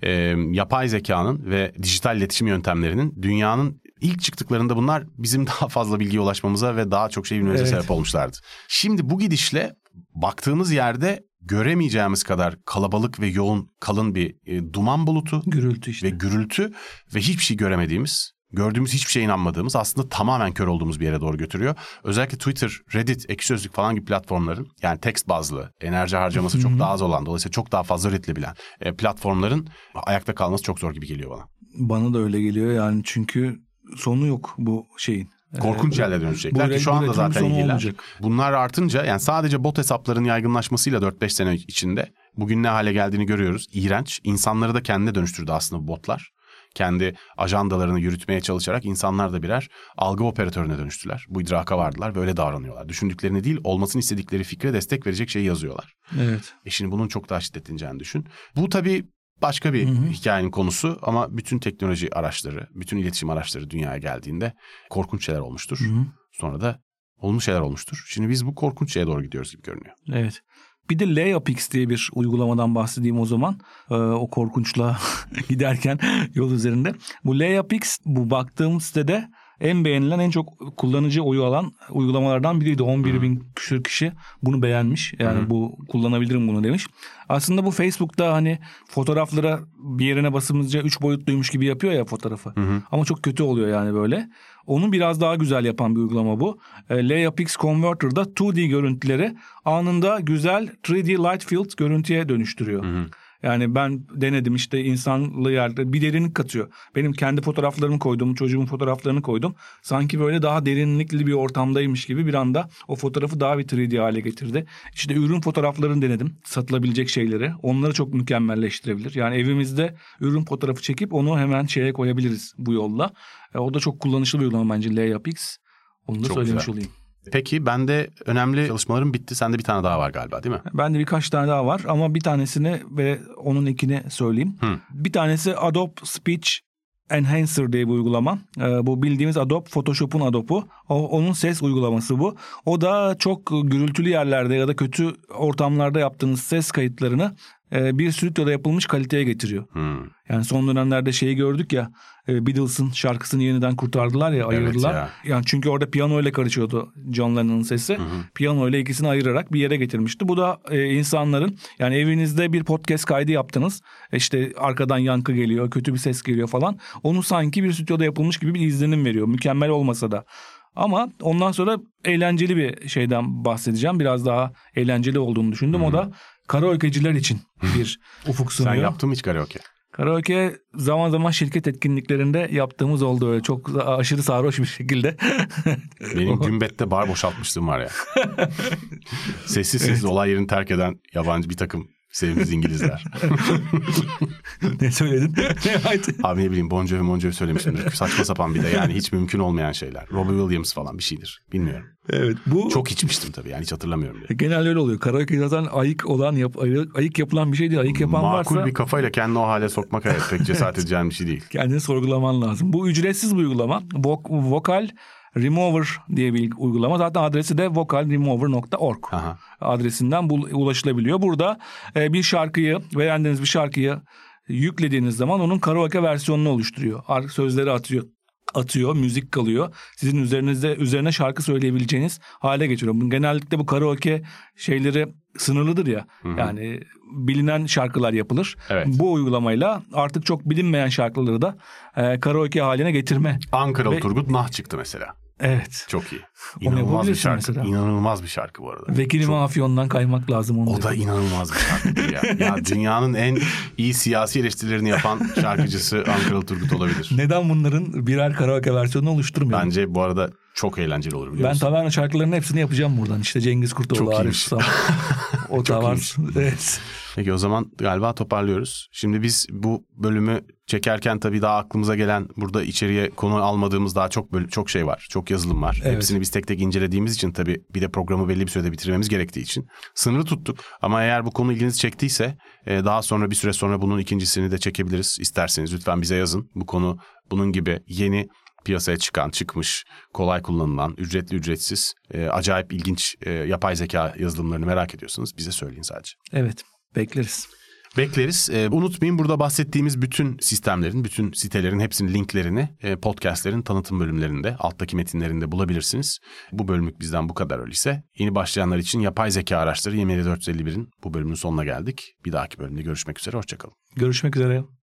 yapay zekanın ve dijital iletişim yöntemlerinin dünyanın ilk çıktıklarında bunlar bizim daha fazla bilgiye ulaşmamıza ve daha çok şey bilmemize sebep olmuşlardı. Şimdi bu gidişle baktığımız yerde göremeyeceğimiz kadar kalabalık ve yoğun, kalın bir duman bulutu, gürültü işte. Ve gürültü ve hiçbir şey göremediğimiz, gördüğümüz hiçbir şeye inanmadığımız, aslında tamamen kör olduğumuz bir yere doğru götürüyor. Özellikle Twitter, Reddit, Ekşi Sözlük falan gibi platformların, yani tekst bazlı, enerji harcaması çok daha az olan, dolayısıyla çok daha fazla üretilebilen platformların ayakta kalması çok zor gibi geliyor bana. Bana da öyle geliyor yani, çünkü sonu yok bu şeyin. Korkunç yerlere dönüşecekler ki şu anda zaten iyiler. Bunlar artınca, yani sadece bot hesapların yaygınlaşmasıyla 4-5 sene içinde bugün ne hale geldiğini görüyoruz. İğrenç. İnsanları da kendine dönüştürdü aslında bu botlar. Kendi ajandalarını yürütmeye çalışarak insanlar da birer algı operatörüne dönüştüler. Bu idraka vardılar ve öyle davranıyorlar. Düşündüklerini değil, olmasını istedikleri fikre destek verecek şeyi yazıyorlar. Evet. Şimdi bunun çok daha şiddetleneceğini düşün. Bu tabii başka bir hikayenin konusu ama bütün teknoloji araçları, bütün iletişim araçları dünyaya geldiğinde korkunç şeyler olmuştur. Sonra da olumlu şeyler olmuştur. Şimdi biz bu korkunç şeye doğru gidiyoruz gibi görünüyor. Evet. Bir de LayupX diye bir uygulamadan bahsedeyim o zaman. O korkunçla giderken yol üzerinde. Bu LayupX, bu baktığım sitede en beğenilen, en çok kullanıcı oyu alan uygulamalardan biriydi. 11.000 küsur kişi bunu beğenmiş. Yani bu, kullanabilirim bunu demiş. Aslında bu Facebook'ta hani fotoğraflara bir yerine basınca 3 boyutluymuş gibi yapıyor ya fotoğrafı. Ama çok kötü oluyor yani böyle. Onu biraz daha güzel yapan bir uygulama bu. LayupX Converter'da 2D görüntüleri anında güzel 3D Light Field görüntüye dönüştürüyor. Yani ben denedim, işte insanlı yerde bir derinlik katıyor. Benim kendi fotoğraflarımı koydum, çocuğumun fotoğraflarını koydum. Sanki böyle daha derinlikli bir ortamdaymış gibi bir anda o fotoğrafı daha bir 3D hale getirdi. İşte ürün fotoğraflarını denedim, satılabilecek şeyleri. Onları çok mükemmelleştirebilir. Yani evimizde ürün fotoğrafı çekip onu hemen şeye koyabiliriz bu yolla. O da çok kullanışlı bir uygulama bence LayupX. Onu da çok söylemiş olayım. Peki bende önemli çalışmalarım bitti. Sende bir tane daha var galiba değil mi? Bende birkaç tane daha var ama bir tanesini ve onun ikini söyleyeyim. Bir tanesi Adobe Speech Enhancer diye bir uygulama. Bu bildiğimiz Adobe, Photoshop'un Adobe'u. Onun ses uygulaması bu. O da çok gürültülü yerlerde ya da kötü ortamlarda yaptığınız ses kayıtlarını bir stüdyoda yapılmış kaliteye getiriyor. Yani son dönemlerde şeyi gördük ya, Beatles'ın şarkısını yeniden kurtardılar ya, ayırdılar. Evet ya. Yani çünkü orada piyano ile karışıyordu John Lennon'ın sesi. Piyano ile ikisini ayırarak bir yere getirmişti. Bu da insanların, yani evinizde bir podcast kaydı yaptınız. İşte arkadan yankı geliyor, kötü bir ses geliyor falan. Onu sanki bir stüdyoda yapılmış gibi bir izlenim veriyor. Mükemmel olmasa da. Ama ondan sonra eğlenceli bir şeyden bahsedeceğim. Biraz daha eğlenceli olduğunu düşündüm. O da karaoke'ciler için bir ufuk sunuyor. Sen yaptın mı hiç karaoke? Karaoke zaman zaman şirket etkinliklerinde yaptığımız oldu öyle. Çok aşırı sarhoş bir şekilde. Benim Gümbet'te bar boşaltmışlığım var ya. Sessiz olay yerini terk eden yabancı bir takım sevimsiz İngilizler. Ne söyledin? Abi ne bileyim Bon Jovi söylemişimdir. Saçma sapan bir de yani hiç mümkün olmayan şeyler. Robbie Williams falan bir şeydir. Bilmiyorum. Evet, bu çok içmiştim tabii yani hiç hatırlamıyorum bile. Genelde öyle oluyor. Karaoke zaten ayık yapılan bir şey değil. Ayık yapan varsa makul bir kafayla kendini o hale sokmak evet pek cesaret edeceğin bir şey değil. Kendini sorgulaman lazım. Bu ücretsiz bir uygulama. Vocal Remover diye bir uygulama. Zaten adresi de vocalremover.org adresinden ulaşılabiliyor. Burada bir şarkıyı, beğendiğiniz bir şarkıyı yüklediğiniz zaman onun karaoke versiyonunu oluşturuyor. Sözleri atıyor, müzik kalıyor. Sizin üzerine şarkı söyleyebileceğiniz hale getiriyor. Genellikle bu karaoke şeyleri sınırlıdır ya. Yani bilinen şarkılar yapılır. Evet. Bu uygulamayla artık çok bilinmeyen şarkıları da karaoke haline getirme. Ankaralı Turgut Nah çıktı mesela. Evet. Çok iyi. İnanılmaz bir şarkı. Mesela. İnanılmaz bir şarkı bu arada. Vekili Mafyon'dan kaymak lazım onu. O da inanılmaz bir şarkı ya. Ya dünyanın en iyi siyasi eleştirilerini yapan şarkıcısı Ankaralı Turgut olabilir. Neden bunların birer karaoke versiyonunu oluşturmuyor? Bence bu arada çok eğlenceli olur biliyor musun? Ben taverna şarkılarının hepsini yapacağım buradan. İşte Cengiz Kurtoğlu, Arif Sam. O da var. Evet. Peki o zaman galiba toparlıyoruz. Şimdi biz bu bölümü çekerken tabii daha aklımıza gelen, burada içeriye konu almadığımız daha çok şey var. Çok yazılım var. Evet. Hepsini biz tek tek incelediğimiz için tabii bir de programı belli bir sürede bitirmemiz gerektiği için sınırı tuttuk. Ama eğer bu konu ilginizi çektiyse daha sonra bir süre sonra bunun ikincisini de çekebiliriz. İsterseniz lütfen bize yazın. Bu konu bunun gibi yeni piyasaya çıkmış, kolay kullanılan, ücretli ücretsiz, acayip ilginç yapay zeka yazılımlarını merak ediyorsanız bize söyleyin sadece. Evet, bekleriz. Bekleriz. Unutmayın burada bahsettiğimiz bütün sistemlerin, bütün sitelerin hepsinin linklerini podcastlerin tanıtım bölümlerinde, alttaki metinlerinde bulabilirsiniz. Bu bölümlük bizden bu kadar öyleyse. Yeni başlayanlar için yapay zeka araçları YM451'in bu bölümün sonuna geldik. Bir dahaki bölümde görüşmek üzere, hoşçakalın. Görüşmek üzere.